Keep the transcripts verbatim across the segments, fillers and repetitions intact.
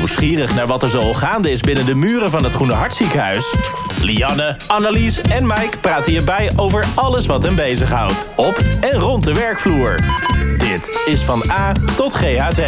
Nieuwsgierig naar wat er zo gaande is binnen de muren van het Groene Hartziekenhuis? Lianne, Annelies en Mike praten hierbij over alles wat hen bezighoudt. Op en rond de werkvloer. Dit is van A tot G H Z.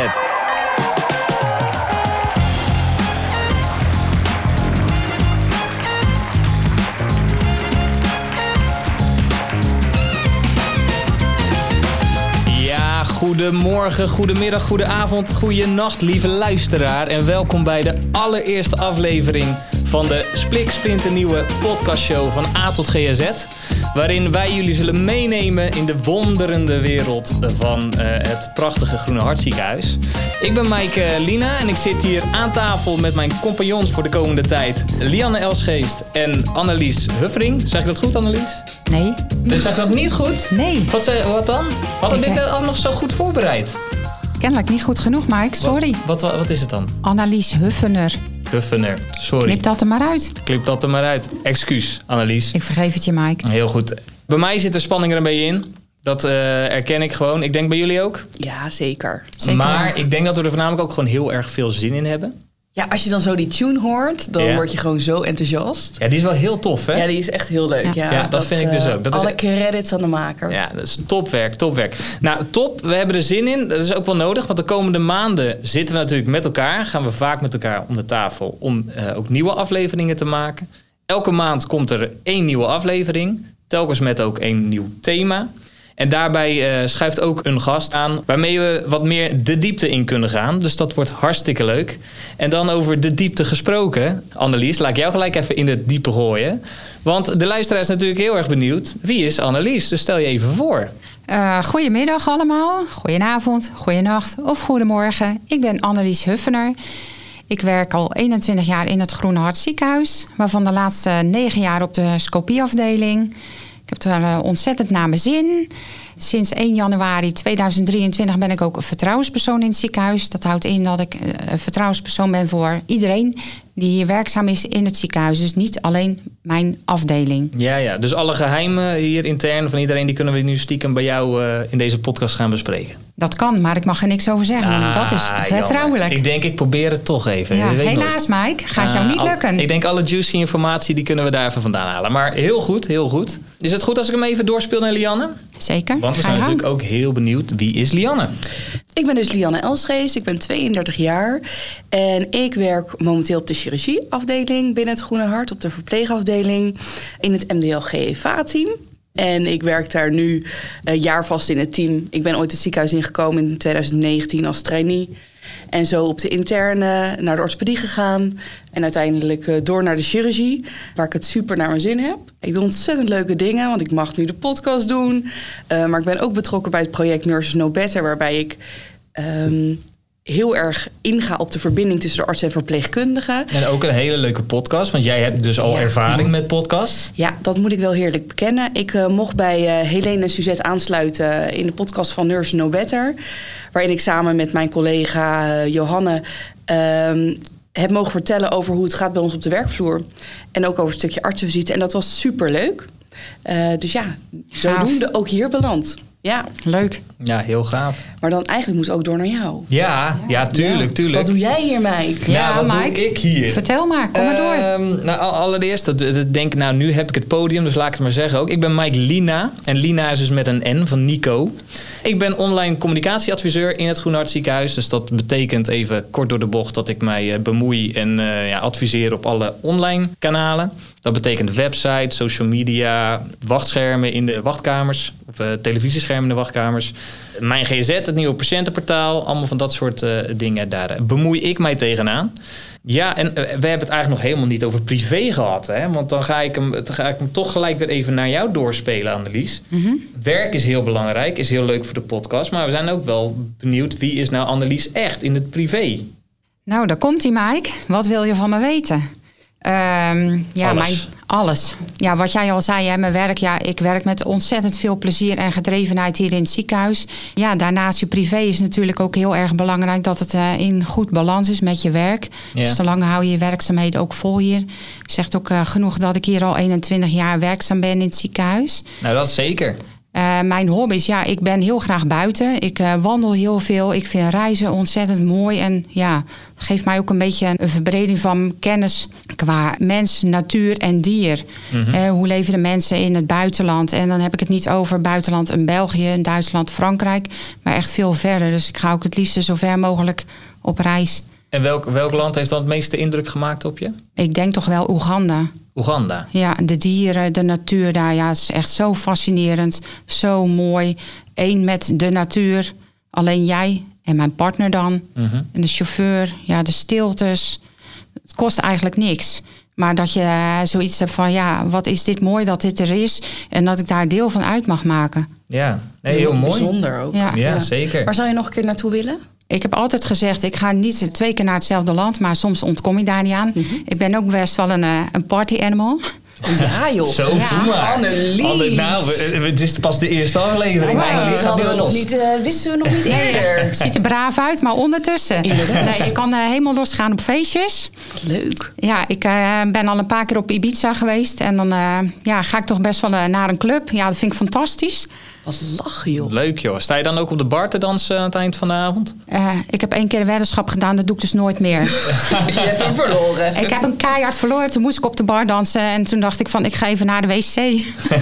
Goedemorgen, goedemiddag, goedenavond, goedenacht, lieve luisteraar. En welkom bij de allereerste aflevering van de spliksplinternieuwe podcastshow van A tot G H Z. Waarin wij jullie zullen meenemen in de wonderende wereld van uh, het prachtige Groene Hartziekenhuis. Ik ben Mike uh, Lina en ik zit hier aan tafel met mijn compagnons voor de komende tijd. Lianne Elsgeest en Annelies Huffering. Zeg ik dat goed, Annelies? Nee. Dus zeg dat niet goed? Nee. Wat, zei, wat dan? Hadden we dit net al nog zo goed voorbereid? Kennelijk niet goed genoeg, Mike. Sorry. Wat, wat, wat is het dan? Annelies Huffener. Huffener, sorry. Knip dat er maar uit. Knip dat er maar uit. Excuus, Annelies. Ik vergeef het je, Mike. Heel goed. Bij mij zit de spanning er een beetje in. Dat uh, erken ik gewoon. Ik denk bij jullie ook. Ja, zeker. Zeker. Maar ik denk dat we er voornamelijk ook gewoon heel erg veel zin in hebben. Ja, als je dan zo die tune hoort, dan ja. word je gewoon zo enthousiast. Ja, die is wel heel tof, hè? Ja, die is echt heel leuk. Ja, ja, ja dat, dat vind ik dus ook. Dat alle is... credits aan de maker. Ja, dat is topwerk, topwerk. Nou, top. We hebben er zin in. Dat is ook wel nodig, want de komende maanden zitten we natuurlijk met elkaar. Gaan we vaak met elkaar om de tafel om uh, ook nieuwe afleveringen te maken. Elke maand komt er één nieuwe aflevering. Telkens met ook één nieuw thema. En daarbij uh, schuift ook een gast aan waarmee we wat meer de diepte in kunnen gaan. Dus dat wordt hartstikke leuk. En dan over de diepte gesproken. Annelies, laat ik jou gelijk even in de diepe gooien. Want de luisteraar is natuurlijk heel erg benieuwd. Wie is Annelies? Dus stel je even voor. Uh, goedemiddag allemaal. Goedenavond, goedenacht of goedemorgen. Ik ben Annelies Huffener. Ik werk al eenentwintig jaar in het Groene Hartziekenhuis. Waarvan de laatste negen jaar op de scopieafdeling. Ik heb er uh, ontzettend naar mijn zin. Sinds één januari tweeduizend drieëntwintig ben ik ook een vertrouwenspersoon in het ziekenhuis. Dat houdt in dat ik een vertrouwenspersoon ben voor iedereen die hier werkzaam is in het ziekenhuis. Dus niet alleen mijn afdeling. Ja, ja. Dus alle geheimen hier intern van iedereen, die kunnen we nu stiekem bij jou uh, in deze podcast gaan bespreken. Dat kan, maar ik mag er niks over zeggen. Ah, dat is vertrouwelijk. Jammer. Ik denk, ik probeer het toch even. Ja, helaas, nooit. Mike. Gaat uh, jou niet lukken. Al, ik denk, alle juicy informatie, die kunnen we daar even vandaan halen. Maar heel goed, heel goed. Is het goed als ik hem even doorspeel naar Lianne? Zeker. Want we zijn natuurlijk ook heel benieuwd, wie is Lianne? Ik ben dus Lianne Elsgeest, ik ben tweeëndertig jaar. En ik werk momenteel op de chirurgieafdeling binnen het Groene Hart. Op de verpleegafdeling in het M D L G E V A-team. En ik werk daar nu een jaar vast in het team. Ik ben ooit het ziekenhuis ingekomen in tweeduizend negentien als trainee. En zo op de interne naar de orthopedie gegaan. En uiteindelijk door naar de chirurgie, waar ik het super naar mijn zin heb. Ik doe ontzettend leuke dingen, want ik mag nu de podcast doen. Uh, maar ik ben ook betrokken bij het project Nurses Know Better, waarbij ik Um, heel erg inga op de verbinding tussen de arts en verpleegkundigen. En ook een hele leuke podcast, want jij hebt dus al ja. ervaring met podcasts. Ja, dat moet ik wel heerlijk bekennen. Ik uh, mocht bij uh, Helene en Suzette aansluiten in de podcast van Nurses Know Better, waarin ik samen met mijn collega uh, Johanne um, heb mogen vertellen over hoe het gaat bij ons op de werkvloer. En ook over een stukje artsenvisite. En dat was superleuk. Uh, dus ja, zodoende ook hier beland. Ja. Leuk. Ja, heel gaaf. Maar dan eigenlijk moet het ook door naar jou. Ja, ja, tuurlijk, ja. tuurlijk. Wat doe jij hier, Mike? Ja, nou, wat Mike, doe ik hier? Vertel maar, kom maar door. Uh, nou, allereerst, dat, dat denk nou, nu heb ik het podium, dus laat ik het maar zeggen ook. Ik ben Mike Lina. En Lina is dus met een N van Nico. Ik ben online communicatieadviseur in het Groene Hartziekenhuis. Dus dat betekent even kort door de bocht dat ik mij bemoei en uh, ja, adviseer op alle online kanalen. Dat betekent website, social media, wachtschermen in de wachtkamers. Of uh, televisieschermen in de wachtkamers. Mijn G Z, het nieuwe patiëntenportaal. Allemaal van dat soort uh, dingen. Daar bemoei ik mij tegenaan. Ja, en uh, we hebben het eigenlijk nog helemaal niet over privé gehad. Hè? Want dan ga, ik hem, dan ga ik hem toch gelijk weer even naar jou doorspelen, Annelies. Mm-hmm. Werk is heel belangrijk, is heel leuk voor de podcast. Maar we zijn ook wel benieuwd, wie is nou Annelies echt in het privé? Nou, daar komt-ie, Mike. Wat wil je van me weten? Um, ja, alles. Mijn, alles. Ja, wat jij al zei, hè, mijn werk. Ja, ik werk met ontzettend veel plezier en gedrevenheid hier in het ziekenhuis. Ja, daarnaast je privé is natuurlijk ook heel erg belangrijk dat het uh, in goed balans is met je werk. Ja. Dus zolang hou je je werkzaamheden ook vol hier. Zegt ook uh, genoeg dat ik hier al eenentwintig jaar werkzaam ben in het ziekenhuis. Nou, dat zeker. Uh, mijn hobby's, ja, ik ben heel graag buiten. Ik uh, wandel heel veel. Ik vind reizen ontzettend mooi. En ja, het geeft mij ook een beetje een verbreding van kennis qua mens, natuur en dier. Mm-hmm. Uh, hoe leven de mensen in het buitenland? En dan heb ik het niet over buitenland in België, in Duitsland, Frankrijk. Maar echt veel verder. Dus ik ga ook het liefst zo ver mogelijk op reis. En welk, welk land heeft dan het meeste indruk gemaakt op je? Ik denk toch wel Oeganda. Oeganda? Ja, de dieren, de natuur daar. Ja, het is echt zo fascinerend. Zo mooi. Eén met de natuur. Alleen jij en mijn partner dan. Mm-hmm. En de chauffeur. Ja, de stiltes. Het kost eigenlijk niks. Maar dat je zoiets hebt van... ja, wat is dit mooi dat dit er is. En dat ik daar deel van uit mag maken. Ja, nee, heel, heel mooi. Bijzonder ook. Ja. Ja, ja, zeker. Waar zou je nog een keer naartoe willen? Ik heb altijd gezegd, ik ga niet twee keer naar hetzelfde land, maar soms ontkom ik daar niet aan. Mm-hmm. Ik ben ook best wel een, een party animal. Ja joh. Zo, ja. doe maar. Annelies. Anne, nou, het is pas de eerste aflevering. Ja, maar dit hadden we nog niet, uh, wisten we nog niet eerder. Ik ziet er braaf uit, maar ondertussen. Nee, ik kan uh, helemaal losgaan op feestjes. Leuk. Ja, ik uh, ben al een paar keer op Ibiza geweest. En dan uh, ja, ga ik toch best wel uh, naar een club. Ja, dat vind ik fantastisch. Wat lachen, joh. Leuk, joh. Sta je dan ook op de bar te dansen aan het eind van de avond? Uh, ik heb één keer een weddenschap gedaan, dat doe ik dus nooit meer. Je hebt hem verloren. Ik heb een keihard verloren, toen moest ik op de bar dansen. En toen dacht ik van, ik ga even naar de wc.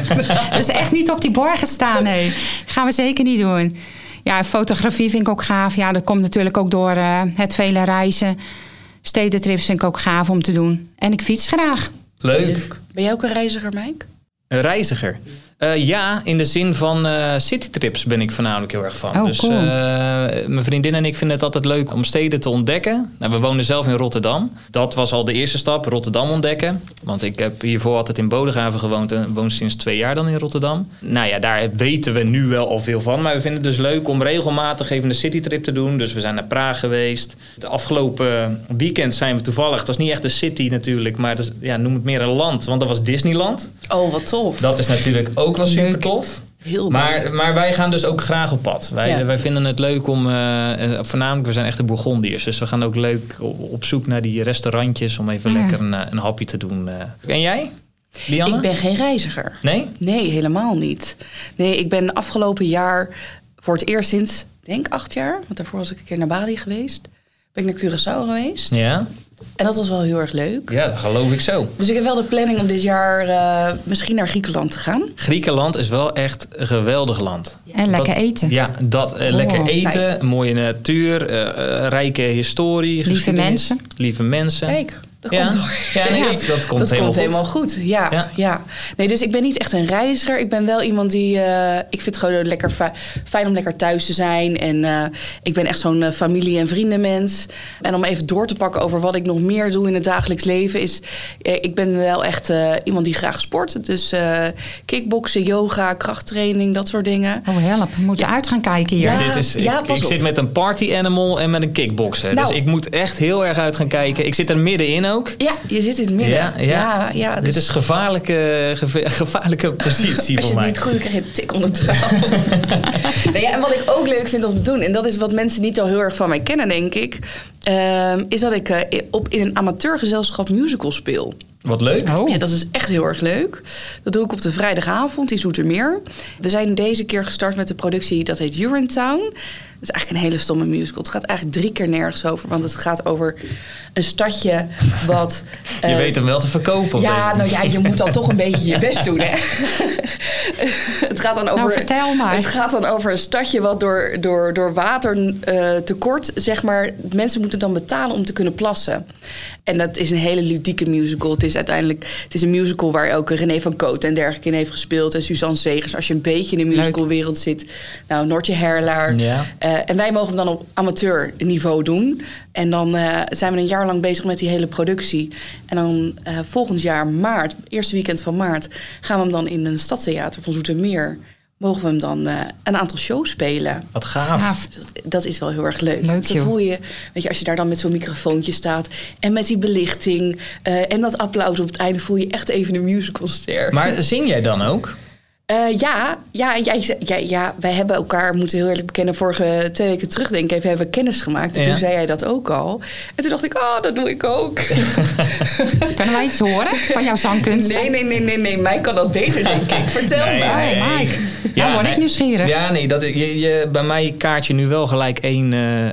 Dus echt niet op die bar gestaan, nee. Gaan we zeker niet doen. Ja, fotografie vind ik ook gaaf. Ja, dat komt natuurlijk ook door uh, het vele reizen. Stedentrips vind ik ook gaaf om te doen. En ik fiets graag. Leuk. Leuk. Ben jij ook een reiziger, Mike? Een reiziger? Uh, ja, in de zin van uh, citytrips ben ik voornamelijk heel erg van. Oh, dus cool. uh, mijn vriendin en ik vinden het altijd leuk om steden te ontdekken. Nou, we wonen zelf in Rotterdam. Dat was al de eerste stap, Rotterdam ontdekken. Want ik heb hiervoor altijd in Bodegraven gewoond en woon sinds twee jaar dan in Rotterdam. Nou ja, daar weten we nu wel al veel van. Maar we vinden het dus leuk om regelmatig even een citytrip te doen. Dus we zijn naar Praag geweest. De afgelopen weekend zijn we toevallig, dat is niet echt een city natuurlijk, maar dat is, ja, noem het meer een land. Want dat was Disneyland. Oh, wat tof. Dat is natuurlijk ook wel super tof. Heel maar, maar wij gaan dus ook graag op pad. Wij, ja. wij vinden het leuk om... Uh, voornamelijk, we zijn echte Bourgondiërs. Dus we gaan ook leuk op zoek naar die restaurantjes... om even ja. lekker een, een hapje te doen. En jij, Lianne? Ik ben geen reiziger. Nee? Nee, helemaal niet. Nee, ik ben afgelopen jaar... voor het eerst sinds, denk acht jaar... want daarvoor was ik een keer naar Bali geweest... ben ik naar Curaçao geweest. Ja. En dat was wel heel erg leuk. Ja, dat geloof ik zo. Dus ik heb wel de planning om dit jaar uh, misschien naar Griekenland te gaan. Griekenland is wel echt een geweldig land. En lekker dat, eten. Ja, dat. Uh, lekker oh, eten, nee. mooie natuur, uh, uh, rijke historie. Lieve mensen. Lieve mensen. Kijk, dat ja. komt door. Ja, nee, dat, dat komt, dat helemaal, komt goed. helemaal goed. Ja, ja. ja. Nee, dus ik ben niet echt een reiziger. Ik ben wel iemand die... Uh, ik vind het gewoon lekker fi- fijn om lekker thuis te zijn. En uh, ik ben echt zo'n uh, familie- en vriendenmens. En om even door te pakken over wat ik nog meer doe in het dagelijks leven... is uh, ik ben wel echt uh, iemand die graag sport. Dus uh, kickboksen, yoga, krachttraining, dat soort dingen. Oh, help. We moeten ja. uit gaan kijken hier. Ja, Dit is, ik, ja, ik zit met een party animal en met een kickbokser. Nou. Dus ik moet echt heel erg uit gaan kijken. Ik zit er middenin ook. Ja, je zit in het midden. Ja, ja. ja, ja dus... Dit is gevaarlijke, geva- gevaarlijke positie voor mij. Als je het niet goed doet, krijg je een tik onder de tafel. nou ja, en wat ik ook leuk vind om te doen... en dat is wat mensen niet al heel erg van mij kennen, denk ik... Uh, is dat ik uh, op, in een amateurgezelschap musical speel. Wat leuk. Oh. Ja, dat is echt heel erg leuk. Dat doe ik op de vrijdagavond in Zoetermeer. We zijn deze keer gestart met de productie, dat heet Urinetown. Dat is eigenlijk een hele stomme musical. Het gaat eigenlijk drie keer nergens over. Want het gaat over een stadje wat... je uh, weet hem wel te verkopen. Ja, nou ja, je moet dan toch een beetje je best doen, hè. het gaat dan over... Nou, vertel maar. Het gaat dan over een stadje wat door, door, door water uh, tekort, zeg maar... mensen moeten dan betalen om te kunnen plassen. En dat is een hele ludieke musical. Het is uiteindelijk... Het is een musical waar ook René van Cote en dergelijke in heeft gespeeld. En Suzanne Zegers. Als je een beetje in de musicalwereld zit. Nou, Noortje Herlaar. Ja. Uh, en wij mogen hem dan op amateurniveau doen. En dan uh, zijn we een jaar lang bezig met die hele productie. En dan uh, volgend jaar maart, eerste weekend van maart... gaan we hem dan in een stadstheater van Zoetermeer... mogen we hem dan uh, een aantal shows spelen. Wat gaaf. gaaf. Dus dat, dat is wel heel erg leuk. Leuk, dan voel je, weet je, als je daar dan met zo'n microfoontje staat... en met die belichting uh, en dat applaus op het einde... voel je echt even een musicalster. Maar zing jij dan ook? Uh, ja, ja, ja, ja, ja, wij hebben elkaar, moeten heel eerlijk bekennen, vorige twee weken terug, denk ik even, hebben we kennis gemaakt. En ja. toen zei jij dat ook al. En toen dacht ik, oh, dat doe ik ook. Kunnen wij iets horen van jouw zangkunst? Nee, nee, nee, nee, nee, mij kan dat beter, denk ik. Vertel nee, me. Nee, oh, Mike. Ja, nou, word nee, ik nieuwsgierig. Ja, nee, dat, je, je, bij mij kaart je nu wel gelijk één uh, uh,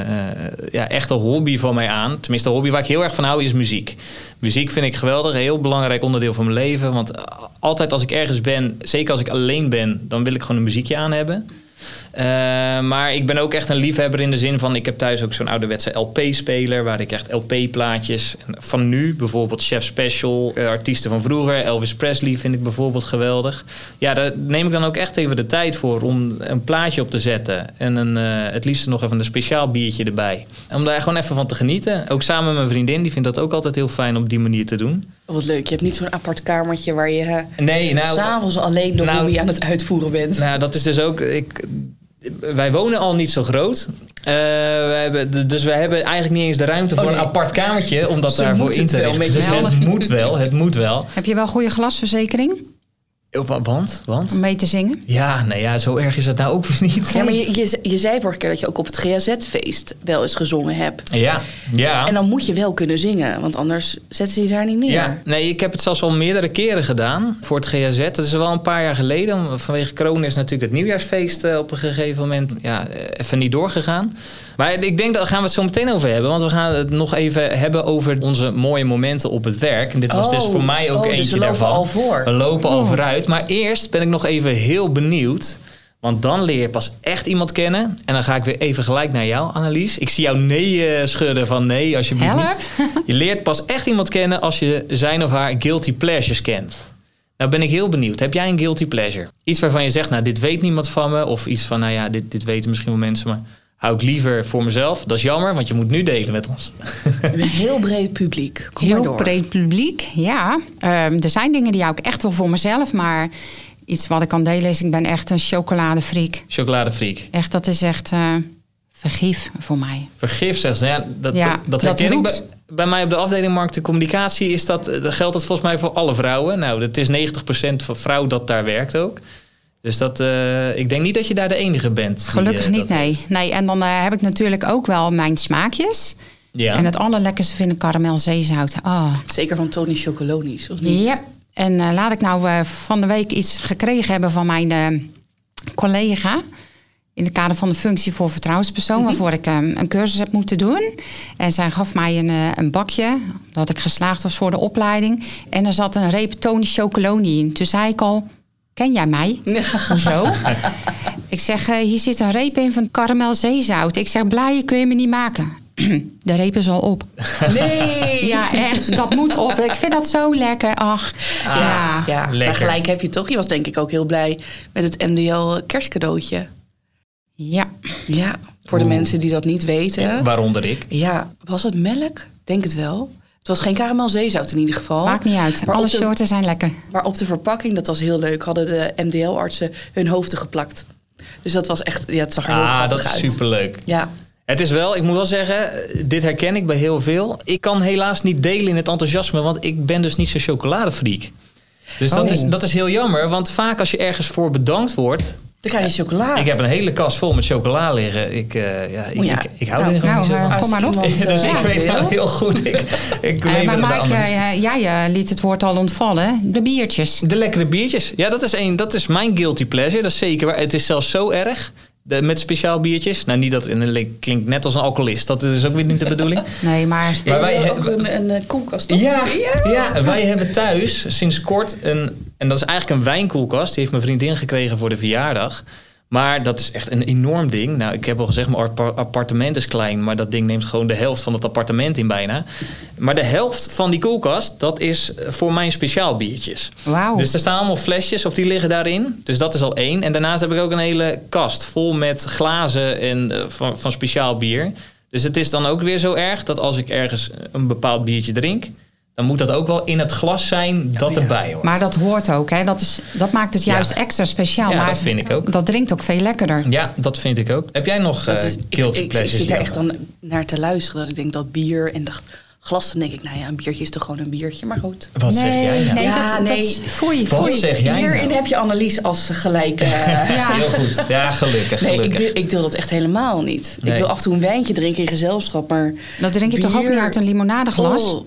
ja, echte hobby van mij aan. Tenminste, een hobby waar ik heel erg van hou is muziek. Muziek vind ik geweldig, een heel belangrijk onderdeel van mijn leven. Want altijd als ik ergens ben, zeker als ik alleen ben, dan wil ik gewoon een muziekje aan hebben. Uh, maar ik ben ook echt een liefhebber in de zin van... ik heb thuis ook zo'n ouderwetse L P-speler... waar ik echt L P-plaatjes... van nu, bijvoorbeeld Chef Special... Uh, artiesten van vroeger, Elvis Presley vind ik bijvoorbeeld geweldig. Ja, daar neem ik dan ook echt even de tijd voor... om een plaatje op te zetten. En een, uh, het liefst nog even een speciaal biertje erbij. Om daar gewoon even van te genieten. Ook samen met mijn vriendin, die vindt dat ook altijd heel fijn... om op die manier te doen. Oh, wat leuk. Je hebt niet zo'n apart kamertje... waar je nee, nou, 's avonds alleen de nou, hobby aan het uitvoeren bent. Nou, dat is dus ook... Ik, wij wonen al niet zo groot. Uh, we hebben, dus we hebben eigenlijk niet eens de ruimte voor oh, nee. een apart kamertje... om dat Ze daarvoor in te richten. Dus het moet wel, het moet wel. Heb je wel goede glasverzekering? Want? Want? Om mee te zingen? Ja, nee, ja, zo erg is het nou ook niet. Ja, maar je, je, je zei vorige keer dat je ook op het G A Z-feest wel eens gezongen hebt. Ja, ja. En dan moet je wel kunnen zingen, want anders zetten ze je daar niet neer. Ja, nee, ik heb het zelfs al meerdere keren gedaan voor het G A Z. Dat is wel een paar jaar geleden. Vanwege corona is natuurlijk het nieuwjaarsfeest op een gegeven moment ja, even niet doorgegaan. Maar ik denk, daar gaan we het zo meteen over hebben. Want we gaan het nog even hebben over onze mooie momenten op het werk. En dit was oh, dus voor mij ook oh, eentje dus we daarvan. Lopen al voor. We lopen oh. al vooruit. Maar eerst ben ik nog even heel benieuwd. Want dan leer je pas echt iemand kennen. En dan ga ik weer even gelijk naar jou, Annelies. Ik zie jou nee uh, schudden van nee, alsjeblieft Help. niet. Je leert pas echt iemand kennen als je zijn of haar guilty pleasures kent. Nou ben ik heel benieuwd. Heb jij een guilty pleasure? Iets waarvan je zegt, nou dit weet niemand van me. Of iets van, nou ja, dit, dit weten misschien wel mensen, maar... hou ik liever voor mezelf. Dat is jammer, want je moet nu delen met ons. Een heel breed publiek. Kom heel maar door. breed publiek, ja. Um, er zijn dingen die hou ik echt wel voor mezelf. Maar iets wat ik kan delen is, ik ben echt een chocoladefreak. Chocoladefreak. Echt, dat is echt uh, vergif voor mij. Vergif zelfs. Nou ja, dat, ja, dat, dat herken ik bij, bij mij op de afdeling markt en communicatie. Is dat, dat geldt dat volgens mij voor alle vrouwen. Nou, het is negentig procent van vrouw dat daar werkt ook. Dus dat, uh, ik denk niet dat je daar de enige bent. Gelukkig die, uh, niet, nee. nee. En dan uh, heb ik natuurlijk ook wel mijn smaakjes. Ja. En het allerlekkerste vind ik karamel zeezout. Oh. Zeker van Tony Chocolonies, of niet? Ja. En uh, laat ik nou uh, van de week iets gekregen hebben van mijn uh, collega... in het kader van de functie voor vertrouwenspersoon... Mm-hmm. waarvoor ik um, een cursus heb moeten doen. En zij gaf mij een, uh, een bakje... dat ik geslaagd was voor de opleiding. En er zat een reep Tony Chocoloni in. Toen zei ik al... ken jij mij? Ja. Hoezo? Ik zeg, uh, hier zit een reep in van karamel zeezout. Ik zeg, blaaien kun je me niet maken. De reep is al op. Nee! Ja, echt, dat moet op. Ik vind dat zo lekker. Ach, ah, ja. ja. Maar gelijk heb je toch. Je was denk ik ook heel blij met het M D L kerstcadeautje. Ja. Ja, voor Oeh. de mensen die dat niet weten. Ja, waaronder ik. Ja, was het melk? Denk het wel. Het was geen karamel zeezout in ieder geval. Maakt niet uit. Maar alle soorten zijn lekker. Maar op de verpakking, dat was heel leuk, hadden de M D L-artsen hun hoofden geplakt. Dus dat was echt, ja, het zag er heel ah, grappig uit. Ah, dat is superleuk. Ja. Het is wel, ik moet wel zeggen, dit herken ik bij heel veel. Ik kan helaas niet delen in het enthousiasme, want ik ben dus niet zo'n chocoladefreak. Dus dat, oh. is, dat is heel jammer, want vaak als je ergens voor bedankt wordt... dan krijg je chocola. Ik heb een hele kast vol met chocola liggen. Ik, uh, ja, ik, ja. ik, ik hou nou, er gewoon nou, niet zo van. Uh, kom maar op. Iemand, uh, dus ja, ik weet nou heel goed. Ik, ik uh, maar Mike, uh, jij uh, liet het woord al ontvallen. De biertjes. De lekkere biertjes. Ja, dat is, een, dat is mijn guilty pleasure. Dat is zeker waar. Het is zelfs zo erg. De, met speciaal biertjes. Nou, niet dat het klinkt net als een alcoholist. Dat is ook weer niet de bedoeling. Nee, maar... maar wij hebben een, een, een koelkast, toch? Ja, ja. ja, wij hebben thuis sinds kort een... en dat is eigenlijk een wijnkoelkast. Die heeft mijn vriendin gekregen voor de verjaardag. Maar dat is echt een enorm ding. Nou, ik heb al gezegd, mijn appartement is klein... maar dat ding neemt gewoon de helft van het appartement in bijna. Maar de helft van die koelkast, dat is voor mijn speciaal biertjes. Wauw. Dus er staan allemaal flesjes of die liggen daarin. Dus dat is al één. En daarnaast heb ik ook een hele kast vol met glazen en, uh, van, van speciaal bier. Dus het is dan ook weer zo erg dat als ik ergens een bepaald biertje drink... dan moet dat ook wel in het glas zijn dat ja, erbij hoort. Maar dat hoort ook, hè? Dat, is, dat maakt het juist ja. extra speciaal. Ja, maar dat vind ik ook. Dat drinkt ook veel lekkerder. Ja, dat vind ik ook. Heb jij nog uh, is, guilty ik, pleasures? Ik, ik zit er echt dan naar te luisteren. Dat ik denk dat bier en de glas, dan denk ik, nou ja, een biertje is toch gewoon een biertje, maar goed. Wat nee, zeg jij nou? Nee, Ja, dat, nee. dat is voor je. Wat Voor je. zeg jij Hierin nou? heb je Annelies als gelijk. Uh, Ja. Heel goed. Ja, gelukkig. nee, ik gelukkig. deel, ik deel dat echt helemaal niet. Nee. Ik wil af en toe een wijntje drinken in gezelschap, maar... Dat drink je toch ook bier- niet uit een limonadeglas? Oh,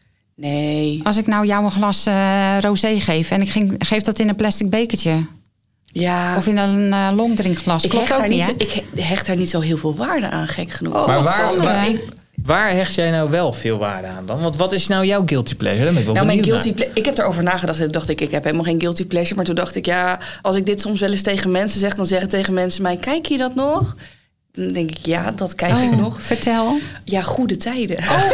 nee. Als ik nou jou een glas uh, rosé geef en ik ging, geef dat in een plastic bekertje. Ja. Of in een uh, longdrinkglas. Ik Klopt hecht, ook daar niet, niet hè? zo, ik hecht daar niet zo heel veel waarde aan, gek genoeg. Oh, Maar wat waar, zonde, waar, hè? ik- waar hecht jij nou wel veel waarde aan dan? Want wat is nou jouw guilty pleasure? Daar ben ik wel Nou, mijn benieuwd guilty ple- ik heb erover nagedacht en dacht ik, ik heb helemaal geen guilty pleasure. Maar toen dacht ik, ja, als ik dit soms wel eens tegen mensen zeg, dan zeggen tegen mensen mij, kijk je dat nog? Dan denk ik, ja, dat kijk ik Oh, nog. vertel. Ja, goede tijden.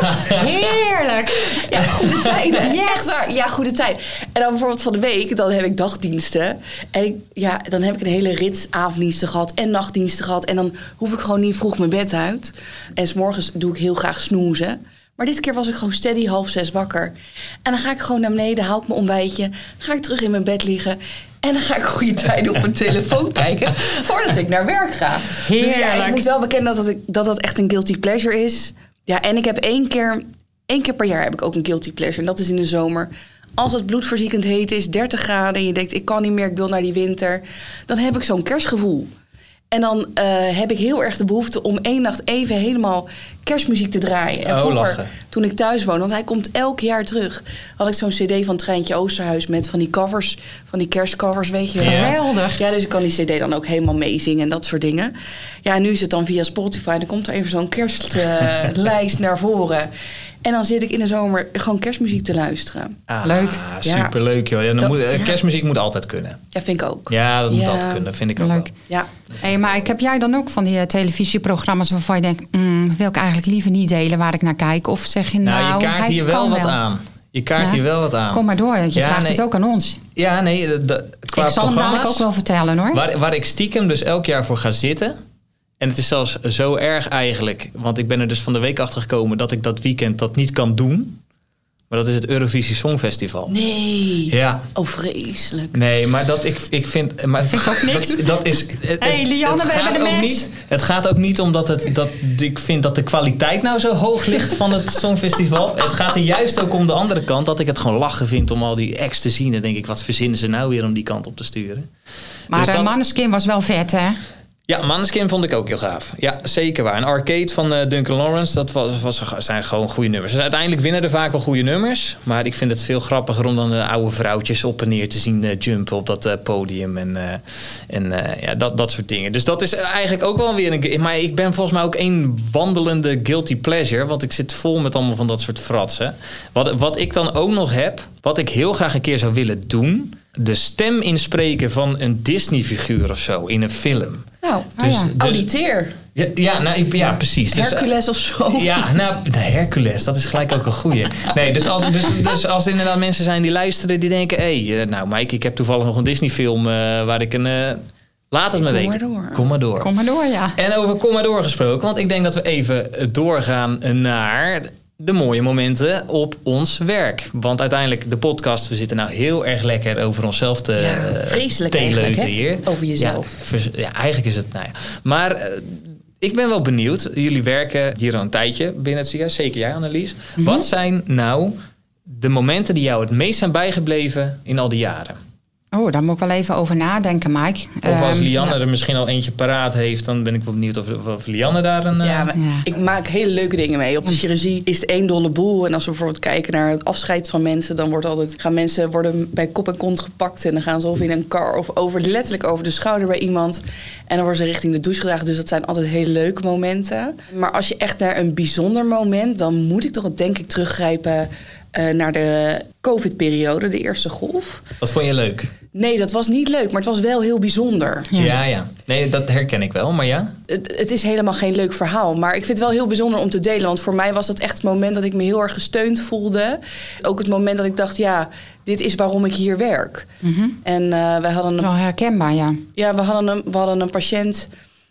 Heerlijk. Ja, goede tijden. Yes. Echt waar. Ja, goede tijden. En dan bijvoorbeeld van de week, dan heb ik dagdiensten. En ik, ja, dan heb ik een hele rits avonddiensten gehad en nachtdiensten gehad. En dan hoef ik gewoon niet vroeg mijn bed uit. En 's morgens doe ik heel graag snoezen. Maar dit keer was ik gewoon steady half zes wakker. En dan ga ik gewoon naar beneden, haal ik mijn ontbijtje. Ga ik terug in mijn bed liggen. En dan ga ik goede tijden op mijn telefoon kijken voordat ik naar werk ga. Dus ja, ik Heerlijk. moet wel bekennen dat, het, dat dat echt een guilty pleasure is. Ja, en ik heb één keer, één keer per jaar heb ik ook een guilty pleasure. En dat is in de zomer. Als het bloedverziekend heet is, dertig graden... en je denkt, ik kan niet meer, ik wil naar die winter... dan heb ik zo'n kerstgevoel. En dan uh, heb ik heel erg de behoefte om één nacht even helemaal kerstmuziek te draaien. En Oh, vroeger, lachen. toen ik thuis woonde, want hij komt elk jaar terug... had ik zo'n cd van Treintje Oosterhuis met van die covers, van die kerstcovers, weet je wel. Ja. Geweldig. Ja, dus ik kan die cd dan ook helemaal meezingen en dat soort dingen. Ja, en nu is het dan via Spotify. Dan komt er even zo'n kerstlijst naar voren. En dan zit ik in de zomer gewoon kerstmuziek te luisteren. Ah, Leuk. Superleuk, joh. Ja, dan Dat- moet, eh, ja. kerstmuziek moet altijd kunnen. Ja, vind ik ook. Ja, dat moet Ja. altijd kunnen. Vind ik ook Leuk. wel. Ja. Hey, maar ik heb jij dan ook van die uh, televisieprogramma's waarvan je denkt, mm, wil ik eigenlijk liever niet delen waar ik naar kijk? Of zeg je nou, Nou, je kaart hij hier wel kan wat aan. Je kaart Ja? hier wel wat aan. Kom maar door, want je Ja, vraagt nee. het ook aan ons. Ja, nee, de, de- qua Ik zal hem dadelijk programma's, ook wel vertellen hoor. Waar, waar ik stiekem dus elk jaar voor ga zitten. En het is zelfs zo erg eigenlijk. Want ik ben er dus van de week achter gekomen dat ik dat weekend dat niet kan doen. Maar dat is het Eurovisie Songfestival. Nee. Ja. Oh, vreselijk. Nee, maar dat ik, ik vind... Maar Vind ik ook niks. Dat, dat is... Het, Hey, het- Lianne, het we gaat hebben de ook match. niet. Het gaat ook niet omdat het, dat ik vind dat de kwaliteit nou zo hoog ligt van het Songfestival. Het gaat er juist ook om de andere kant. Dat ik het gewoon lachen vind om al die acts te zien. Dan denk ik, wat verzinnen ze nou weer om die kant op te sturen? Maar Dus uh, dat- Maneskin was wel vet hè? Ja, Maneskin vond ik ook heel gaaf. Ja, zeker waar. En Arcade van uh, Duncan Lawrence, dat was, was, zijn gewoon goede nummers. Dus uiteindelijk winnen er vaak wel goede nummers. Maar ik vind het veel grappiger om dan de oude vrouwtjes op en neer te zien uh, jumpen op dat uh, podium. En, uh, en uh, ja, dat, dat soort dingen. Dus dat is eigenlijk ook wel weer een... Maar ik ben volgens mij ook één wandelende guilty pleasure. Want ik zit vol met allemaal van dat soort fratsen. Wat, wat ik dan ook nog heb, wat ik heel graag een keer zou willen doen, de stem inspreken van een Disney-figuur of zo in een film. Nou, Ah, ja. auditeer. Ja, ja, nou, ik- ja precies. Dus, Hercules of zo. ja, nou, de Hercules, dat is gelijk ook een goeie. Nee, dus als, dus, dus als er inderdaad mensen zijn die luisteren, die denken, hé, hey, uh, nou Mike, ik heb toevallig nog een Disney-film uh, waar ik een... Uh, laat het me Kom weten. maar door. Kom maar door. Kom maar door ja. En over kom maar door gesproken, want ik denk dat we even doorgaan naar de mooie momenten op ons werk. Want uiteindelijk, de podcast, we zitten nou heel erg lekker over onszelf te Ja, vreselijk teleuten eigenlijk, hè? hier. Over jezelf. Ja, vers- ja, eigenlijk is het, nou ja. Maar uh, ik ben wel benieuwd. Jullie werken hier al een tijdje binnen het ziekenhuis. Zeker jij, Annelies. Mm-hmm. Wat zijn nou de momenten die jou het meest zijn bijgebleven in al die jaren? Oh, daar moet ik wel even over nadenken, Mike. Of als Ehm, Lianne ja. er misschien al eentje paraat heeft, dan ben ik wel benieuwd of, of Lianne daar een... uh, Ja, maar Ja. ik maak hele leuke dingen mee. Op de chirurgie is het één dolle boel. En als we bijvoorbeeld kijken naar het afscheid van mensen, dan wordt altijd, gaan mensen worden bij kop en kont gepakt. En dan gaan ze of in een kar of over, letterlijk over de schouder bij iemand. En dan worden ze richting de douche gedragen. Dus dat zijn altijd hele leuke momenten. Maar als je echt naar een bijzonder moment, dan moet ik toch denk ik teruggrijpen uh, naar de COVID-periode, de eerste golf. Wat vond je leuk? Nee, dat was niet leuk, maar het was wel heel bijzonder. Ja. ja, ja. Nee, dat herken ik wel, maar ja. Het, het is helemaal geen leuk verhaal. Maar ik vind het wel heel bijzonder om te delen. Want voor mij was dat echt het moment dat ik me heel erg gesteund voelde. Ook het moment dat ik dacht, ja, dit is waarom ik hier werk. Mm-hmm. En uh, we hadden een, Wel herkenbaar, ja. ja, we hadden een, we hadden een patiënt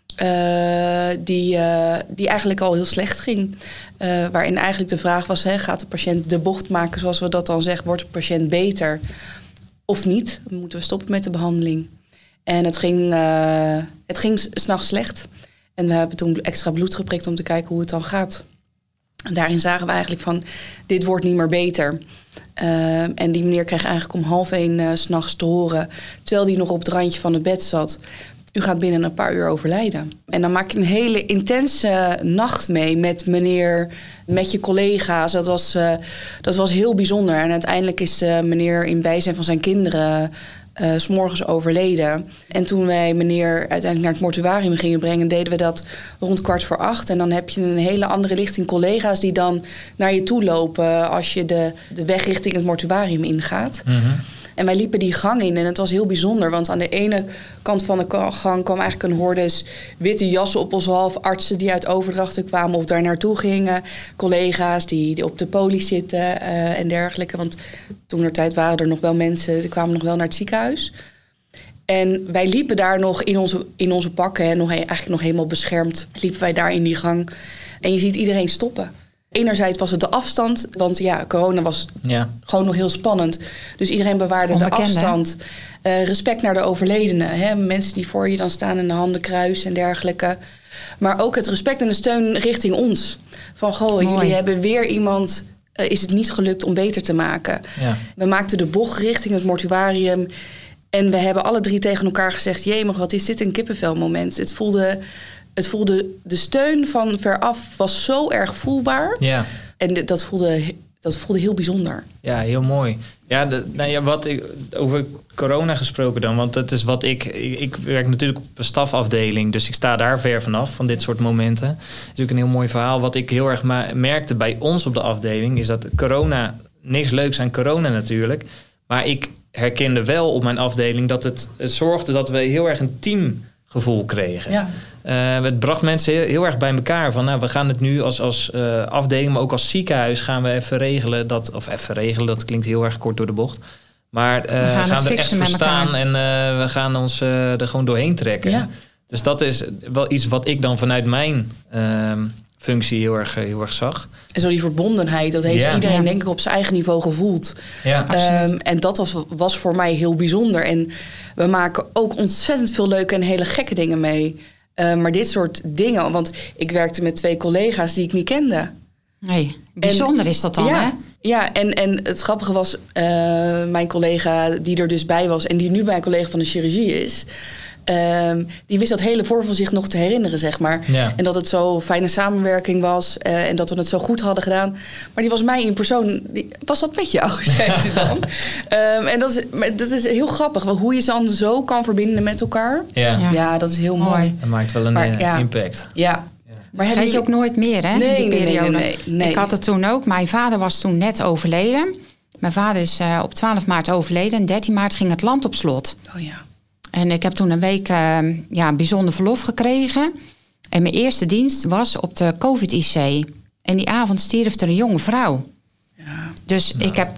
uh, die, uh, die eigenlijk al heel slecht ging. Uh, waarin eigenlijk de vraag was, hè, gaat de patiënt de bocht maken zoals we dat dan zeggen? Wordt de patiënt beter of niet? Dan moeten we stoppen met de behandeling. En het ging, uh, het ging 's nachts slecht. En we hebben toen extra bloed geprikt om te kijken hoe het dan gaat. En daarin zagen we eigenlijk van, dit wordt niet meer beter. Uh, en die meneer kreeg eigenlijk om half één uh, 's nachts te horen, terwijl hij nog op het randje van het bed zat, u gaat binnen een paar uur overlijden. En dan maak je een hele intense nacht mee met meneer, met je collega's. Dat was, uh, dat was heel bijzonder. En uiteindelijk is uh, meneer in bijzijn van zijn kinderen uh, 's morgens overleden. En toen wij meneer uiteindelijk naar het mortuarium gingen brengen, deden we dat rond kwart voor acht. En dan heb je een hele andere lichting collega's die dan naar je toe lopen als je de, de weg richting het mortuarium ingaat. Mm-hmm. En wij liepen die gang in en het was heel bijzonder. Want aan de ene kant van de gang kwam eigenlijk een hordes witte jassen op ons half. Artsen die uit Overdrachten kwamen of daar naartoe gingen. Collega's die, die op de poli zitten uh, en dergelijke. Want toen er tijd waren er nog wel mensen, die kwamen nog wel naar het ziekenhuis. En wij liepen daar nog in onze, in onze pakken, hè, nog, eigenlijk nog helemaal beschermd. Liepen wij daar in die gang en je ziet iedereen stoppen. Enerzijds was het de afstand, want ja, corona was ja. gewoon nog heel spannend. Dus iedereen bewaarde Onbekende, de afstand. Uh, respect naar de overledenen. Hè? Mensen die voor je dan staan en de handen kruisen en dergelijke. Maar ook het respect en de steun richting ons. Van, goh, Mooi. jullie hebben weer iemand, uh, is het niet gelukt om beter te maken. Ja. We maakten de bocht richting het mortuarium. En we hebben alle drie tegen elkaar gezegd, jemig, wat is dit een kippenvelmoment. Het voelde... Het voelde, de steun van veraf was zo erg voelbaar. Ja. En de, dat, voelde, dat voelde heel bijzonder. Ja, heel mooi. Ja, de, nou ja, wat ik, over corona gesproken dan. Want dat is wat ik, ik... Ik werk natuurlijk op een stafafdeling. Dus ik sta daar ver vanaf, van dit soort momenten. Het is natuurlijk een heel mooi verhaal. Wat ik heel erg ma- merkte bij ons op de afdeling, is dat corona... Niks leuks aan corona natuurlijk. Maar ik herkende wel op mijn afdeling dat het, het zorgde dat we heel erg een teamgevoel kregen. Ja. Uh, het bracht mensen heel, heel erg bij elkaar. Van, nou, we gaan het nu als, als uh, afdeling, maar ook als ziekenhuis gaan we even regelen. Dat, of even regelen, dat klinkt heel erg kort door de bocht. Maar uh, we gaan, gaan we er echt voor staan en uh, we gaan ons uh, er gewoon doorheen trekken. Ja. Dus dat is wel iets wat ik dan vanuit mijn uh, functie heel erg, heel erg zag. En zo die verbondenheid, dat heeft ja. iedereen denk ik op zijn eigen niveau gevoeld. Ja, um, en dat was, was voor mij heel bijzonder. En we maken ook ontzettend veel leuke en hele gekke dingen mee. Uh, maar dit soort dingen, want ik werkte met twee collega's die ik niet kende. Nee, bijzonder en, is dat dan, ja, hè? Ja, en, en het grappige was, uh, mijn collega die er dus bij was en die nu bij een collega van de chirurgie is, Um, die wist dat hele voorval zich nog te herinneren, zeg maar. Ja. En dat het zo fijne samenwerking was uh, en dat we het zo goed hadden gedaan. Maar die was mij in persoon, die, was dat met jou, zei ze dan. um, en dat is, dat is heel grappig, hoe je ze dan zo kan verbinden met elkaar. Ja, ja, ja dat is heel mooi. mooi. Dat maakt wel een maar, ja. impact. Ja. Maar vergeet je ook nooit meer, hè? Nee, die nee, periode. Nee, nee, nee, nee. Ik had het toen ook. Mijn vader was toen net overleden. Mijn vader is uh, op twaalf maart overleden. En dertien maart ging het land op slot. Oh ja. En ik heb toen een week uh, ja, bijzonder verlof gekregen. En mijn eerste dienst was op de COVID-I C. En die avond stierf er een jonge vrouw. Ja. Dus nou. ik, heb,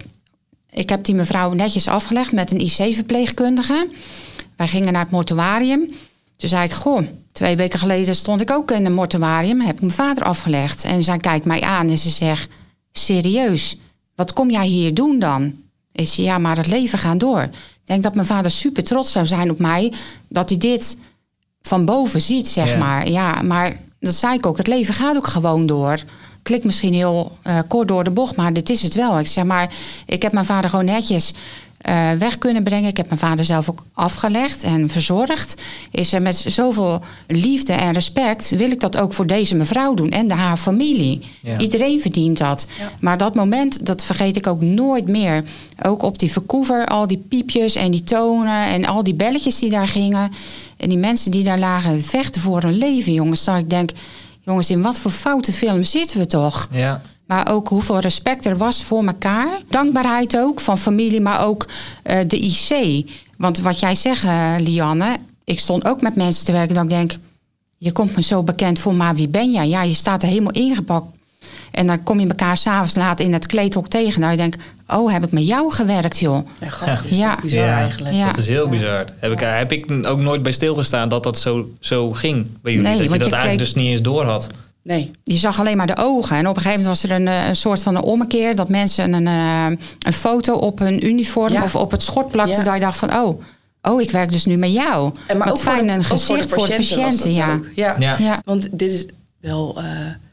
ik heb die mevrouw netjes afgelegd met een I C-verpleegkundige. Wij gingen naar het mortuarium. Toen zei ik, goh, twee weken geleden stond ik ook in een mortuarium. Heb ik mijn vader afgelegd. En zij kijkt mij aan en ze zegt, serieus, wat kom jij hier doen dan? Ik zei, ja, maar het leven gaat door. Ik denk dat mijn vader super trots zou zijn op mij, dat hij dit van boven ziet, zeg ja. maar. Ja, maar dat zei ik ook, het leven gaat ook gewoon door. Klinkt misschien heel uh, kort door de bocht, maar dit is het wel. Ik zeg maar, ik heb mijn vader gewoon netjes uh, weg kunnen brengen. Ik heb mijn vader zelf ook afgelegd en verzorgd. Is er met zoveel liefde en respect wil ik dat ook voor deze mevrouw doen en de, haar familie. Ja. Iedereen verdient dat. Ja. Maar dat moment, dat vergeet ik ook nooit meer. Ook op die Vancouver, al die piepjes en die tonen en al die belletjes die daar gingen. En die mensen die daar lagen vechten voor hun leven, jongens. Dat ik denk, jongens, in wat voor foute film zitten we toch? Ja. Maar ook hoeveel respect er was voor elkaar. Dankbaarheid ook van familie, maar ook uh, de I C. Want wat jij zegt, uh, Lianne, ik stond ook met mensen te werken dat ik denk, je komt me zo bekend voor, maar wie ben jij? Ja, je staat er helemaal ingepakt. En dan kom je elkaar s'avonds laat in het kleedhok tegen. Nou, je denkt, oh, heb ik met jou gewerkt, joh. Ja, grappig, is ja. toch bizar ja. eigenlijk. Ja. Dat is heel bizar. Heb ik, heb ik ook nooit bij stilgestaan dat dat zo, zo ging bij jullie. Nee, dat je dat je eigenlijk keek, dus niet eens door had. Nee. Je zag alleen maar de ogen. En op een gegeven moment was er een, een soort van een ommekeer, dat mensen een, een foto op hun uniform ja. of op het schort plakten. Ja. Dat je dacht van, oh, oh, ik werk dus nu met jou. En maar wat ook fijn, voor de, een gezicht voor de patiënten. Voor de patiënten ja. Ja. Ja. ja, want dit is wel uh,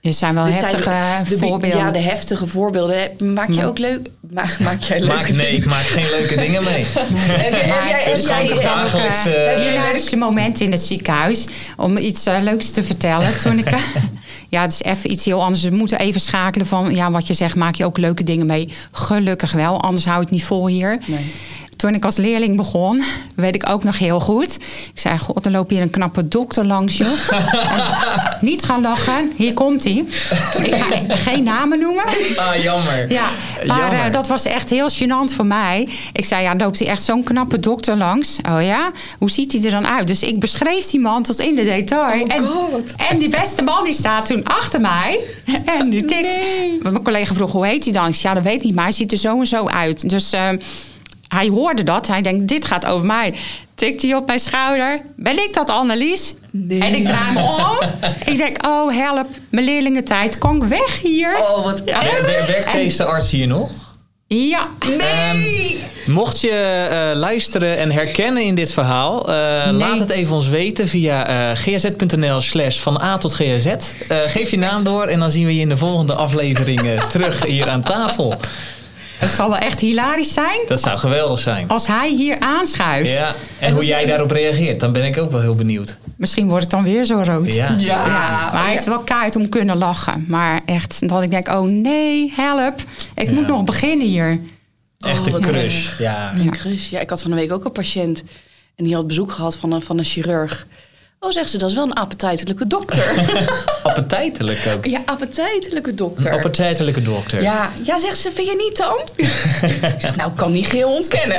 Er zijn wel Dit heftige zijn de, de, voorbeelden. Ja, de heftige voorbeelden. Maak je Maar, ook leuk? Maak, maak jij leuke Maak, nee, ik maak geen leuke dingen mee. Heb, je, heb jij... Het is gewoon toch dagelijks... Uh, Heb je nou eens een moment in het ziekenhuis om iets uh, leuks te vertellen? Toen ik, ja, het is even iets heel anders. We moeten even schakelen van, ja, wat je zegt, maak je ook leuke dingen mee? Gelukkig wel, anders hou ik het niet vol hier. Nee. Toen ik als leerling begon, weet ik ook nog heel goed. Ik zei, god, dan loop hier een knappe dokter langs, joh. Niet gaan lachen, hier komt hij. Ik ga geen namen noemen. Ah, jammer. Ja, maar jammer. Uh, dat was echt heel gênant voor mij. Ik zei, ja, loopt hij echt zo'n knappe dokter langs? Oh ja? Hoe ziet hij er dan uit? Dus ik beschreef die man tot in de detail. Oh en, God. en die beste man die staat toen achter mij. En die tikt. Nee. Mijn collega vroeg, hoe heet hij dan? Ik zei, ja, dat weet ik niet, maar hij ziet er zo en zo uit. Dus... Uh, hij hoorde dat. Hij denkt, dit gaat over mij. Tikt hij op mijn schouder. Ben ik dat, Annelies? Nee. En ik draai me om. Ik denk, oh help. Mijn leerlingentijd. Kom ik weg hier? Oh, wat ja. Wer, wer, werkt deze arts hier nog? Ja. Nee! Um, mocht je uh, luisteren en herkennen in dit verhaal... Uh, nee. laat het even ons weten via uh, gz.nl slash van A tot G Z. Uh, geef je naam door en dan zien we je in de volgende afleveringen terug hier aan tafel. Het zal wel echt hilarisch zijn. Dat zou geweldig zijn. Als hij hier aanschuift. Ja. En hoe jij daarop reageert, dan ben ik ook wel heel benieuwd. Misschien word ik dan weer zo rood. Ja. Ja. ja maar hij heeft wel kaart om kunnen lachen. Maar echt, dat ik denk, oh nee, help. Ik ja. moet nog beginnen hier. Echt een oh, crush. Ja. Een crush. Ja, ik had van de week ook een patiënt. En die had bezoek gehad van een, van een chirurg. Oh, zegt ze, dat is wel een appetijtelijke dokter. Appetijtelijk ook? Ja, appetijtelijke dokter. Een appetijtelijke dokter. Ja, ja, zegt ze, vind je niet dan? Ik zeg, nou, ik kan niet geheel ontkennen.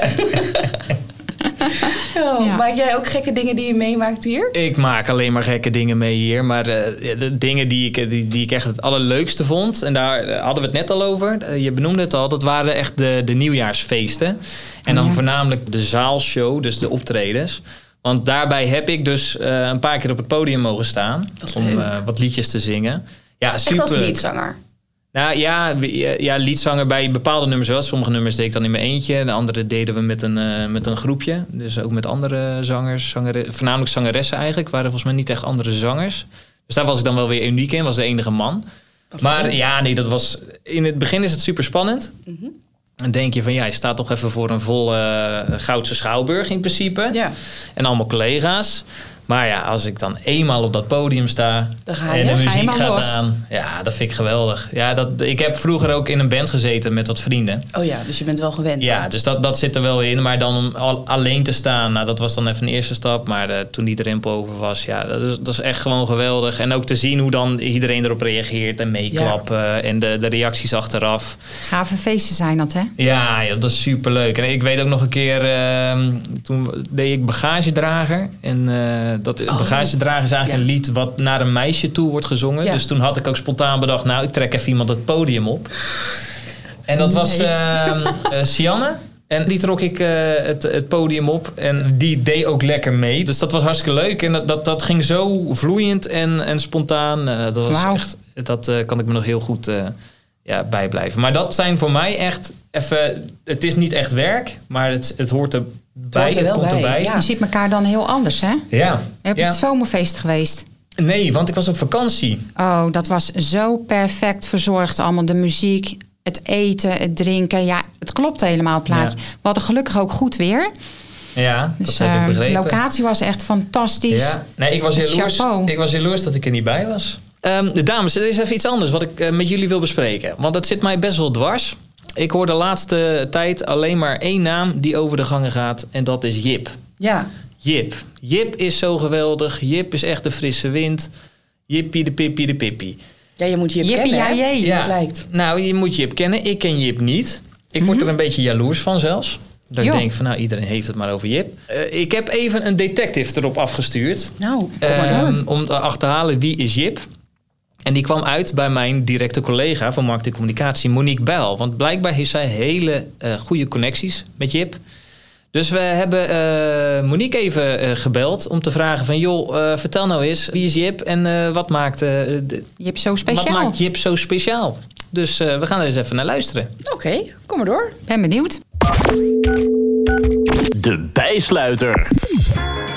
Oh, ja. Maak jij ook gekke dingen die je meemaakt hier? Ik maak alleen maar gekke dingen mee hier. Maar uh, de dingen die ik, die, die ik echt het allerleukste vond... en daar uh, hadden we het net al over. Uh, je benoemde het al. Dat waren echt de, de nieuwjaarsfeesten. En dan ja. voornamelijk de zaalshow, dus de optredens. Want daarbij heb ik dus uh, een paar keer op het podium mogen staan. Om uh, wat liedjes te zingen. Ja, super. Echt als liedzanger? Nou ja, ja, liedzanger bij bepaalde nummers wel. Sommige nummers deed ik dan in mijn eentje. De andere deden we met een, uh, met een groepje. Dus ook met andere zangers. Zangere, voornamelijk zangeressen eigenlijk. Waren volgens mij niet echt andere zangers. Dus daar was ik dan wel weer uniek in. Was de enige man. Wat maar leuk. Ja, nee, dat was... In het begin is het super spannend. Mm-hmm. Dan denk je van ja, je staat toch even voor een volle uh, Goudse Schouwburg in principe. Ja. En allemaal collega's. Maar ja, als ik dan eenmaal op dat podium sta en de muziek ga gaat los. aan. Ja, dat vind ik geweldig. Ja, dat, ik heb vroeger ook in een band gezeten met wat vrienden. Oh ja, dus je bent wel gewend. Ja, dan. dus dat, dat zit er wel in. Maar dan om al, alleen te staan, nou, dat was dan even een eerste stap. Maar de, toen die drempel over was, ja, dat is, dat is echt gewoon geweldig. En ook te zien hoe dan iedereen erop reageert en meeklappen. Ja. En de, de reacties achteraf. Gave feesten zijn dat, hè? Ja, ja, dat is superleuk. En ik weet ook nog een keer, uh, toen deed ik bagagedrager. En uh, dat oh. bagagedrager is eigenlijk ja. een lied wat naar een meisje toe wordt gezongen. Ja. Dus toen had ik ook spontaan bedacht, nou, ik trek even iemand het podium op. En dat nee. was uh, uh, Sianne. En die trok ik uh, het, het podium op. En die deed ook lekker mee. Dus dat was hartstikke leuk. En dat, dat, dat ging zo vloeiend en, en spontaan. Uh, dat was wow. echt, dat uh, kan ik me nog heel goed uh, ja, bijblijven. Maar dat zijn voor mij echt even... Het is niet echt werk, maar het, het hoort erbij. Het, hoort er het komt bij. erbij. Ja. Je ziet elkaar dan heel anders, hè? Ja. Heb je ja. het zomerfeest geweest? Nee, want ik was op vakantie. Oh, dat was zo perfect verzorgd allemaal. De muziek, het eten, het drinken. Ja, het klopt helemaal, het plaatje. Ja. We hadden gelukkig ook goed weer. Ja, dus, dat heb ik begrepen. De locatie was echt fantastisch. Ja. Nee, ik was jaloers, ik was jaloers dat ik er niet bij was. Um, de dames, er is even iets anders wat ik uh, met jullie wil bespreken. Want dat zit mij best wel dwars. Ik hoor de laatste tijd alleen maar één naam die over de gangen gaat. En dat is Jip. Ja. Jip. Jip is zo geweldig. Jip is echt de frisse wind. Jippie de pippie de pippie. Ja, je moet Jip Jippie, kennen, ja, hè? Ja. Lijkt. Nou, je moet Jip kennen. Ik ken Jip niet. Ik word mm-hmm. er een beetje jaloers van zelfs. Dat jo. ik denk van, nou, iedereen heeft het maar over Jip. Uh, ik heb even een detective erop afgestuurd. Nou, kom maar um, om te achterhalen wie is Jip. En die kwam uit bij mijn directe collega van marketing en communicatie, Monique Bijl. Want blijkbaar heeft zij hele uh, goede connecties met Jip. Dus we hebben uh, Monique even uh, gebeld om te vragen van... joh, uh, vertel nou eens, wie is Jip en uh, wat maakt... Uh, de, Jip zo speciaal? Wat maakt Jip zo speciaal? Dus uh, we gaan er eens even naar luisteren. Oké, okay, kom maar door. Ben benieuwd. De bijsluiter.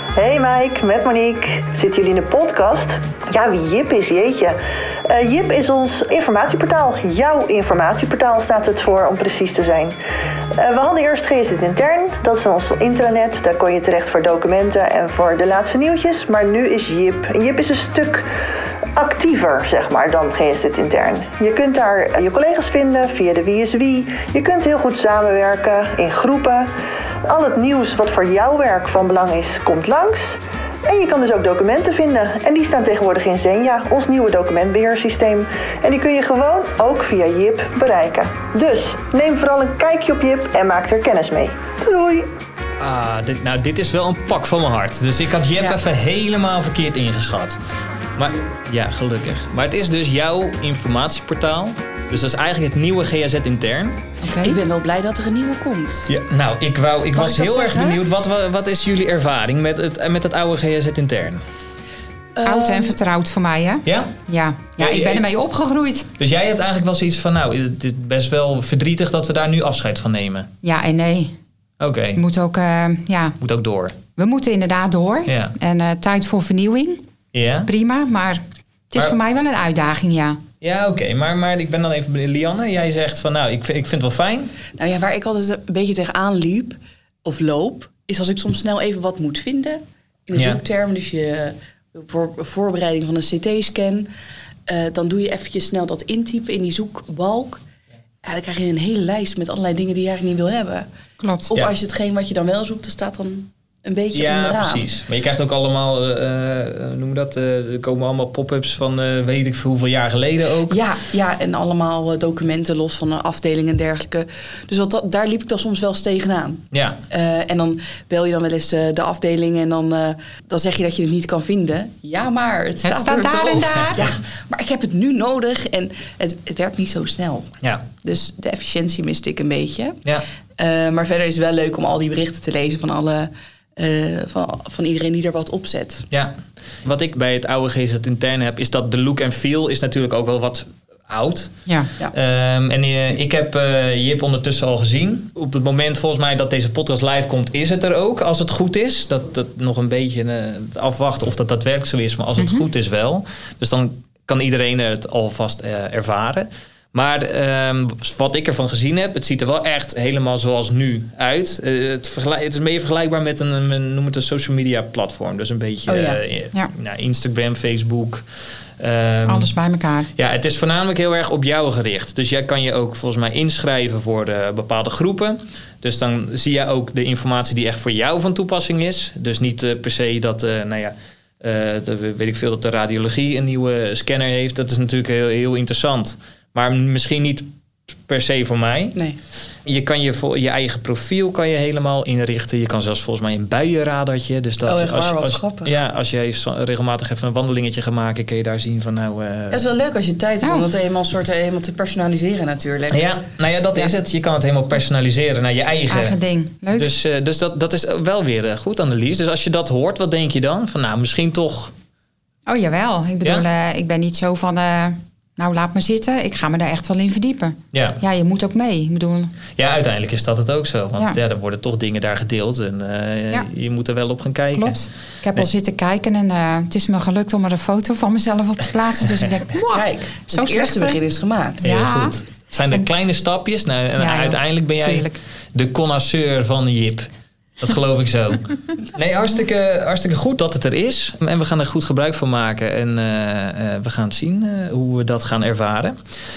Hey Mike, met Monique. Zitten jullie in de podcast? Ja, wie Jip is, jeetje. Uh, Jip is ons informatieportaal. Jouw informatieportaal staat het voor, om precies te zijn. Uh, we hadden eerst G Z Intern, dat is ons intranet. Daar kon je terecht voor documenten en voor de laatste nieuwtjes. Maar nu is Jip. En Jip is een stuk actiever, zeg maar, dan G Z Intern. Je kunt daar je collega's vinden via de Wie is Wie. Je kunt heel goed samenwerken in groepen. Al het nieuws wat voor jouw werk van belang is, komt langs. En je kan dus ook documenten vinden. En die staan tegenwoordig in Zenja, ons nieuwe documentbeheersysteem. En die kun je gewoon ook via Jip bereiken. Dus neem vooral een kijkje op Jip en maak er kennis mee. Doei! Ah, dit, nou, dit is wel een pak van mijn hart. Dus ik had Jip ja. even helemaal verkeerd ingeschat. Maar ja, gelukkig. Maar het is dus jouw informatieportaal. Dus dat is eigenlijk het nieuwe G Z Intern. Okay. Ik ben wel blij dat er een nieuwe komt. Ja, nou, ik, wou, ik was ik heel zeggen? erg benieuwd. Wat, wat, wat is jullie ervaring met het, met het oude G Z Intern? Uh, Oud en vertrouwd voor mij, hè? Ja? Ja, ja ik ben ermee opgegroeid. Dus jij hebt eigenlijk wel zoiets van... nou, het is best wel verdrietig dat we daar nu afscheid van nemen. Ja en nee. Oké. Okay. Moet ook, uh, ja. Moet ook door. We moeten inderdaad door. Ja. En uh, tijd voor vernieuwing. Ja. Prima, maar het is maar, voor mij wel een uitdaging, ja. Ja, oké. Okay. Maar, maar ik ben dan even bij Lianne. Jij zegt van, nou, ik vind, ik vind het wel fijn. Nou ja, waar ik altijd een beetje tegenaan liep, of loop... is als ik soms snel even wat moet vinden. In een ja. zoekterm, dus je voor voorbereiding van een C T-scan... Uh, dan doe je eventjes snel dat intypen in die zoekbalk. Ja, dan krijg je een hele lijst met allerlei dingen die je eigenlijk niet wil hebben. Klopt. Of ja. als je hetgeen wat je dan wel zoekt, dan staat dan... een beetje ja, onderaan. Ja, precies. Maar je krijgt ook allemaal, uh, noem je dat, uh, er komen allemaal pop-ups van uh, weet ik hoeveel jaar geleden ook. Ja, ja en allemaal uh, documenten los van een afdeling en dergelijke. Dus wat dat, daar liep ik dan soms wel eens tegenaan. Ja. Uh, en dan bel je dan wel eens uh, de afdeling en dan, uh, dan zeg je dat je het niet kan vinden. Ja, maar het, het staat, staat er daar toch. en daar. Ja, maar ik heb het nu nodig en het, het werkt niet zo snel. Ja. Dus de efficiëntie miste ik een beetje. Ja. Uh, maar verder is het wel leuk om al die berichten te lezen van alle... Uh, van, van iedereen die er wat op zet. Ja, wat ik bij het oude G Z Intern heb... is dat de look en feel is natuurlijk ook wel wat oud. Ja. ja. Um, en uh, ik heb uh, Jip ondertussen al gezien. Op het moment volgens mij dat deze podcast live komt... is het er ook, als het goed is. Dat, dat nog een beetje uh, afwachten of dat daadwerkelijk zo is. Maar als het mm-hmm. goed is wel. Dus dan kan iedereen het alvast uh, ervaren. Maar um, wat ik ervan gezien heb, het ziet er wel echt helemaal zoals nu uit. Uh, het, vergelijk, het is een beetje vergelijkbaar met een, een, noem het een social media platform. Dus een beetje oh, ja. uh, ja. nou, Instagram, Facebook. Um, Alles bij elkaar. Ja, het is voornamelijk heel erg op jou gericht. Dus jij kan je ook volgens mij inschrijven voor de bepaalde groepen. Dus dan zie je ook de informatie die echt voor jou van toepassing is. Dus niet uh, per se dat, uh, nou ja... Uh, dat weet ik veel dat de radiologie een nieuwe scanner heeft. Dat is natuurlijk heel, heel interessant. Maar misschien niet per se voor mij. Nee. Je kan je, je eigen profiel kan je helemaal inrichten. Je kan zelfs volgens mij een buienradartje. Dus dat, oh, echt waar, als, wat als, grappig. Ja, als jij regelmatig even een wandelingetje gaat maken... kun je daar zien van nou... Uh, dat is wel leuk als je tijd hebt om dat helemaal, soort, helemaal te personaliseren natuurlijk. Ja, nou ja, dat ja. is het. Je kan het helemaal personaliseren naar je eigen... Eigen ding. Leuk. Dus, uh, dus dat, dat is wel weer uh, goed, Annelies. Dus als je dat hoort, wat denk je dan? Van nou, misschien toch... Oh, jawel. Ik bedoel, ja? uh, ik ben niet zo van... Uh, nou, laat me zitten. Ik ga me daar echt wel in verdiepen. Ja, ja je moet ook mee. Ik bedoel... Ja, uiteindelijk is dat het ook zo. Want ja. ja, er worden toch dingen daar gedeeld. En uh, ja. je moet er wel op gaan kijken. Klopt. Ik heb nee. al zitten kijken. En uh, het is me gelukt om er een foto van mezelf op te plaatsen. Dus ik denk, wow, kijk, zo het eerste begin is gemaakt. Heel ja. goed. Het zijn de en, kleine stapjes. Nou, en ja, uiteindelijk ben jij tuurlijk. de connoisseur van Jip. Dat geloof ik zo. Nee, hartstikke, hartstikke goed dat het er is. En we gaan er goed gebruik van maken. En uh, uh, we gaan zien uh, hoe we dat gaan ervaren.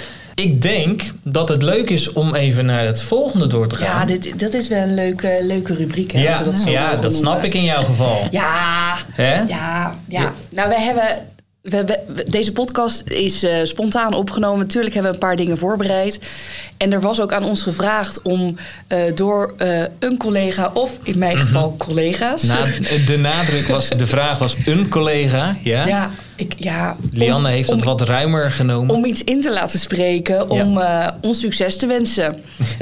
Ik denk dat het leuk is om even naar het volgende door te gaan. Ja, dit, dat is wel een leuke, leuke rubriek. Hè, ja, dat, zo ja, dat snap ik in jouw geval. Ja, Hè? ja, ja. ja. Nou, wij hebben... We, we, deze podcast is uh, spontaan opgenomen. Natuurlijk hebben we een paar dingen voorbereid. En er was ook aan ons gevraagd om uh, door uh, een collega... of in mijn mm-hmm. geval collega's... Na, de nadruk was, de vraag was een collega. Ja, ja, ik, ja Lianne om, heeft dat om, wat ruimer genomen. Om iets in te laten spreken, om ja. uh, ons succes te wensen.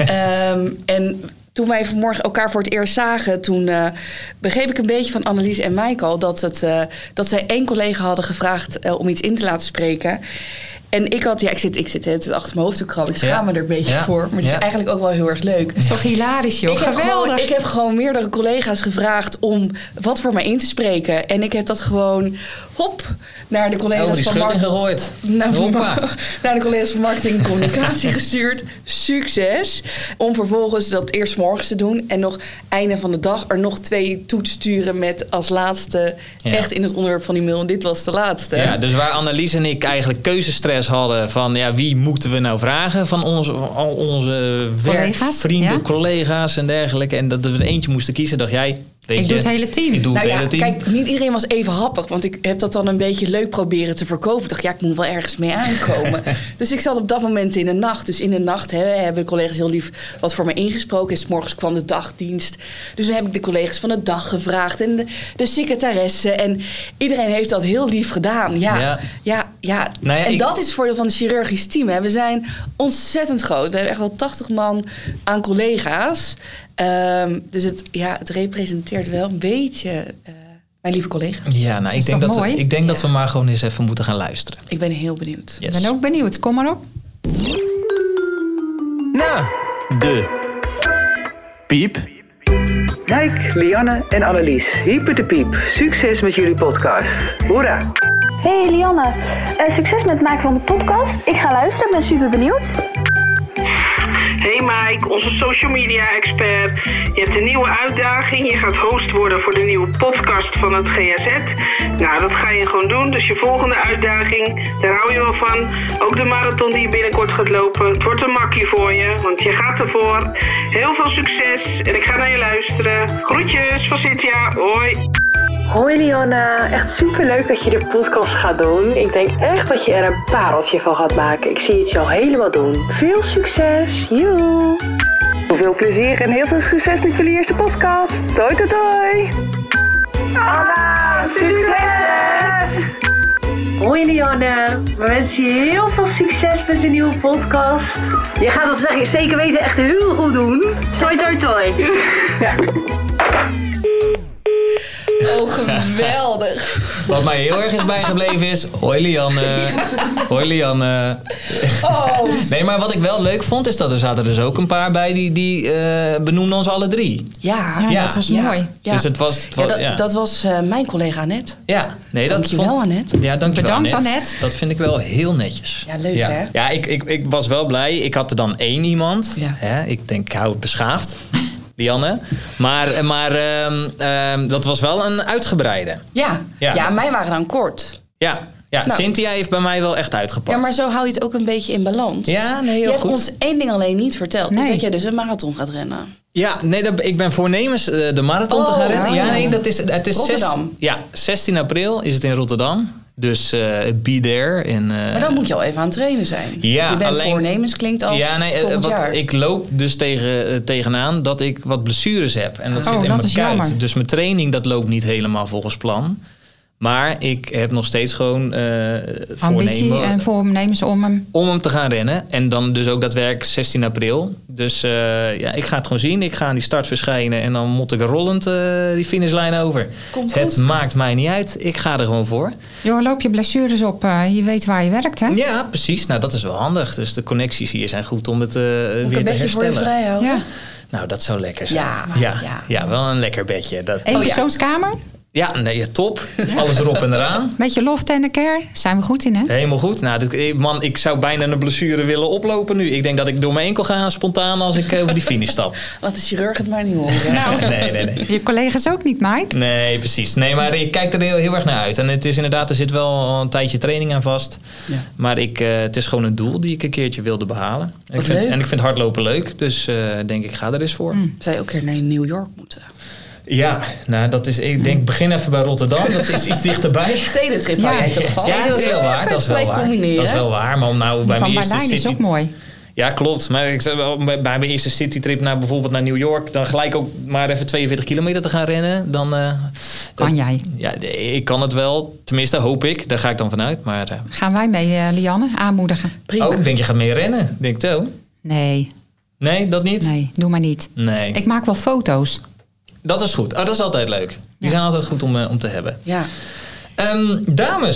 um, en... Toen wij vanmorgen elkaar voor het eerst zagen... toen uh, begreep ik een beetje van Annelies en Michael... dat, het, uh, dat zij één collega hadden gevraagd uh, om iets in te laten spreken. En ik had, ja, ik zit, ik zit het achter mijn hoofd te krabben. Ik schaam Ja. me er een beetje Ja. voor. Maar het Ja. is eigenlijk ook wel heel erg leuk. Dat is toch hilarisch, joh. Ik heb, Geweldig. gewoon, ik heb gewoon meerdere collega's gevraagd om wat voor mij in te spreken. En ik heb dat gewoon, hop, naar de collega's Oh, die van schutting marketing. gegooid. Naar, Hoppa. naar de collega's van marketing en communicatie gestuurd. Succes. Om vervolgens dat eerst 's morgens te doen. En nog einde van de dag er nog twee toe te sturen met als laatste Ja. echt in het onderwerp van die mail. En dit was de laatste. Ja, dus waar Annelies en ik eigenlijk keuzestress hadden van ja, wie moeten we nou vragen van onze, van al onze Collega's, werkvrienden, ja. collega's en dergelijke. En dat we er eentje moesten kiezen, dacht jij, weet Ik je, doe het hele team. Ik doe Nou het ja, hele team. kijk, niet iedereen was even happig. Want ik heb dat dan een beetje leuk proberen te verkopen. Ik dacht, ja, ik moet wel ergens mee aankomen. Dus ik zat op dat moment in de nacht. Dus in de nacht hè, hebben de collega's heel lief wat voor me ingesproken. En 's morgens kwam de dagdienst. Dus dan heb ik de collega's van de dag gevraagd. En de, de secretaresse. En iedereen heeft dat heel lief gedaan. Ja, Ja. ja, ja. Nou ja, en ik- dat is het voordeel van het chirurgisch team. Hè. We zijn ontzettend groot. We hebben echt wel tachtig man aan collega's. Ehm, dus het, ja, het representeert wel een beetje eh, mijn lieve collega. Ja, nou, ik is denk, toch dat we, mooi? ik denk dat Ja. we maar gewoon eens even moeten gaan luisteren. Ik ben heel benieuwd. Yes. Ik ben ook benieuwd. Kom maar op. Nou, de piep. Mike, Lianne en Annelies, hyper de piep. Succes met jullie podcast. Hoera! Hey Lianne, uh, succes met het maken van de podcast. Ik ga luisteren, ben super benieuwd. Hey Mike, onze social media expert. Je hebt een nieuwe uitdaging. Je gaat host worden voor de nieuwe podcast van het G A Z. Nou, dat ga je gewoon doen. Dus je volgende uitdaging, daar hou je wel van. Ook de marathon die je binnenkort gaat lopen. Het wordt een makkie voor je, want je gaat ervoor. Heel veel succes en ik ga naar je luisteren. Groetjes van Cynthia. Hoi. Hoi Lianne, echt superleuk dat je de podcast gaat doen. Ik denk echt dat je er een pareltje van gaat maken. Ik zie het je al helemaal doen. Veel succes, joe! Veel plezier en heel veel succes met jullie eerste podcast. Doei, doei, doei! Anna, succes! Hoi Lianne, we wensen je heel veel succes met de nieuwe podcast. Je gaat dat zeg ik zeker weten echt heel goed doen. Toi, toi, toi. Oh, geweldig. Wat mij heel erg is bijgebleven is, hoi Lianne, hoi Lianne. Oh. Nee, maar wat ik wel leuk vond, is dat er zaten dus ook een paar bij die, die uh, benoemden ons alle drie. Ja, Ja, Ja. dat was Ja. mooi. Ja. Dus het was... Het was Ja, dat, ja. dat was uh, mijn collega Annette. Ja, nee, dat Dankjewel, vond- Annette. Ja, dankjewel, Bedankt, Annette. Annette. Dat vind ik wel heel netjes. Ja, leuk, ja. hè? Ja, ik, ik, ik was wel blij. Ik had er dan één iemand. Ja. Hè? Ik denk, ik hou het beschaafd. Lianne. Maar, maar um, um, dat was wel een uitgebreide. Ja. Ja. Ja, mij waren dan kort. Ja, ja Nou. Cynthia heeft bij mij wel echt uitgepakt. Ja, maar zo hou je het ook een beetje in balans. Ja, nee, heel je hebt goed. ons één ding alleen niet verteld. Nee. Dus dat jij dus een marathon gaat rennen. Ja, nee, dat, ik ben voornemens uh, de marathon te Oh, gaan rennen. ja. Ja, nee, dat is, het is Rotterdam. Zes, ja, zestien april is het in Rotterdam. Dus uh, be there. In, uh, Maar dan moet je al even aan het trainen zijn. Ja, je bent alleen- voornemens klinkt als ja, nee, uh, volgend wat, jaar. ik loop dus tegen, uh, tegenaan dat ik wat blessures heb. En dat Oh, zit in dat mijn is kuit. jammer. Dus mijn training dat loopt niet helemaal volgens plan. Maar ik heb nog steeds gewoon uh, Ambitie voornemen en voornemens om hem. om hem te gaan rennen. En dan dus ook daadwerkelijk zestien april. Dus uh, ja, ik ga het gewoon zien. Ik ga aan die start verschijnen. En dan moet ik rollend uh, die finishlijn over. Komt Het goed. maakt mij niet uit. Ik ga er gewoon voor. Joh, loop je blessures op. Uh, je weet waar je werkt, hè? Ja, precies. Nou, dat is wel handig. Dus de connecties hier zijn goed om het uh, Moet ik weer een te beetje voor je herstellen. vrij houden? Ja. Nou, dat zou lekker zijn. Ja, ja, ja. ja, wel een lekker bedje. Dat... Eén Oh, ja. persoonskamer. Ja, nee, top. Alles erop en eraan. Beetje loft en care. Zijn we goed in, hè? Helemaal goed. Nou, dit, man, ik zou bijna een blessure willen oplopen nu. Ik denk dat ik door mijn enkel ga spontaan als ik over die finish stap. Laat de chirurg het maar niet horen. Nou, Nee, nee, nee. je collega's ook niet, Mike? Nee, precies. Nee, maar ik kijk er heel, heel erg naar uit. En het is inderdaad, er zit wel een tijdje training aan vast. Ja. Maar ik, uh, het is gewoon een doel die ik een keertje wilde behalen. En Wat ik vind, leuk. en ik vind hardlopen leuk. Dus uh, denk ik, ga er eens voor. Mm. Zou je ook een keer naar New York moeten? Ja, nou, dat is, ik denk, begin even bij Rotterdam. Dat is iets dichterbij. Stedentrip Ja. hou jij toch van? Ja, dat is wel waar. Kan je Dat is wel gelijk waar. combineren. Dat is wel waar. Maar om nou Die bij van mijn eerste Berlijn is city... ook mooi. Ja, klopt. Maar ik zeg wel, bij bij mijn eerste citytrip naar bijvoorbeeld naar New York, dan gelijk ook maar even tweeënveertig kilometer te gaan rennen. Dan, uh, Kan dat, jij? Ja, ik kan het wel. Tenminste, hoop ik. Daar ga ik dan vanuit. Maar, uh, Gaan wij mee, uh, Lianne, aanmoedigen? Prima. oh, ik denk je gaat mee rennen. Denk ik zo. Nee, Nee, dat niet? nee, doe maar niet. Nee. Ik maak wel foto's. Dat is goed. Oh, dat is altijd leuk. Die Ja. zijn altijd goed om, uh, om te hebben. Ja. Um, dames.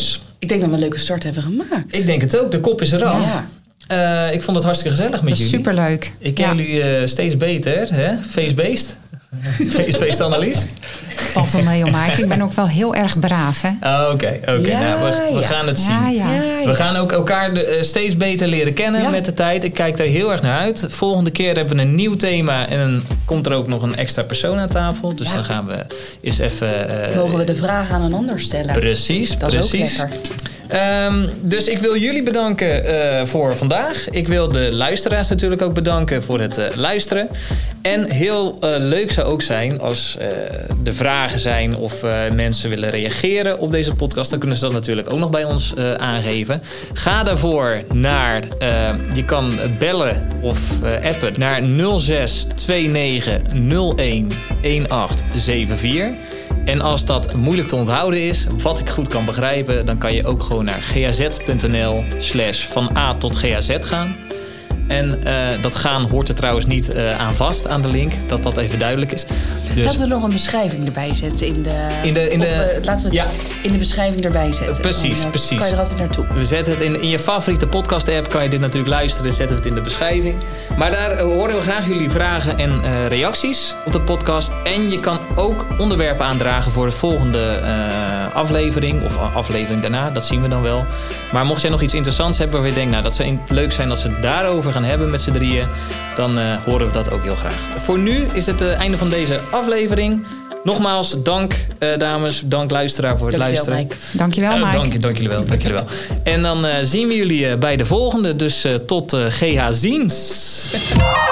Ik denk dat we een leuke start hebben gemaakt. Ik denk het ook. De kop is eraf. Ja. Uh, ik vond het hartstikke gezellig met jullie. Superleuk. Ik ken ja. jullie uh, steeds beter. Hè? Face-based. Face-based Annelies. Valt wel mee, Mike. Ik ben ook wel heel erg braaf, hè? Oké, oh, oké. Okay. Okay. Ja, nou, we, we ja. gaan het zien. Ja, ja. Ja, ja. We gaan ook elkaar de, uh, steeds beter leren kennen ja. met de tijd. Ik kijk daar heel erg naar uit. Volgende keer hebben we een nieuw thema. En dan komt er ook nog een extra persoon aan tafel. Dus ja. dan gaan we eens even... Uh, Mogen we de vraag aan een ander stellen? Precies, dat precies. Is ook lekker. Um, dus ik wil jullie bedanken uh, voor vandaag. Ik wil de luisteraars natuurlijk ook bedanken voor het uh, luisteren. En heel uh, leuk zou ook zijn als uh, er vragen zijn of uh, mensen willen reageren op deze podcast. Dan kunnen ze dat natuurlijk ook nog bij ons uh, aangeven. Ga daarvoor naar, uh, je kan bellen of uh, appen naar nul zes twee negen nul een een acht zeven vier. En als dat moeilijk te onthouden is, wat ik goed kan begrijpen, dan kan je ook gewoon naar gaz.nl slash van A tot GAZ gaan. En uh, dat gaan hoort er trouwens niet uh, aan vast aan de link, dat dat even duidelijk is. Dus laten we nog een beschrijving erbij zetten in de... In de, in de of, uh, laten we het ja. in de beschrijving erbij zetten. Precies, dan, uh, precies. kan je er altijd naartoe. We zetten het in, in je favoriete podcast app, kan je dit natuurlijk luisteren, zetten we het in de beschrijving. Maar daar uh, horen we graag jullie vragen en uh, reacties op de podcast. En je kan ook onderwerpen aandragen voor de volgende uh, aflevering of aflevering daarna, dat zien we dan wel. Maar mocht jij nog iets interessants hebben waar je denkt, nou dat zou leuk zijn als we het daarover gaan hebben met z'n drieën, dan uh, horen we dat ook heel graag. Voor nu is het het uh, einde van deze aflevering. Nogmaals, dank uh, dames, dank luisteraar voor het Dankjewel, luisteren. Mike. Dankjewel, Mike. Uh, dank, dank jullie wel, dank jullie wel. En dan uh, zien we jullie uh, bij de volgende, dus uh, tot uh, G H ziens.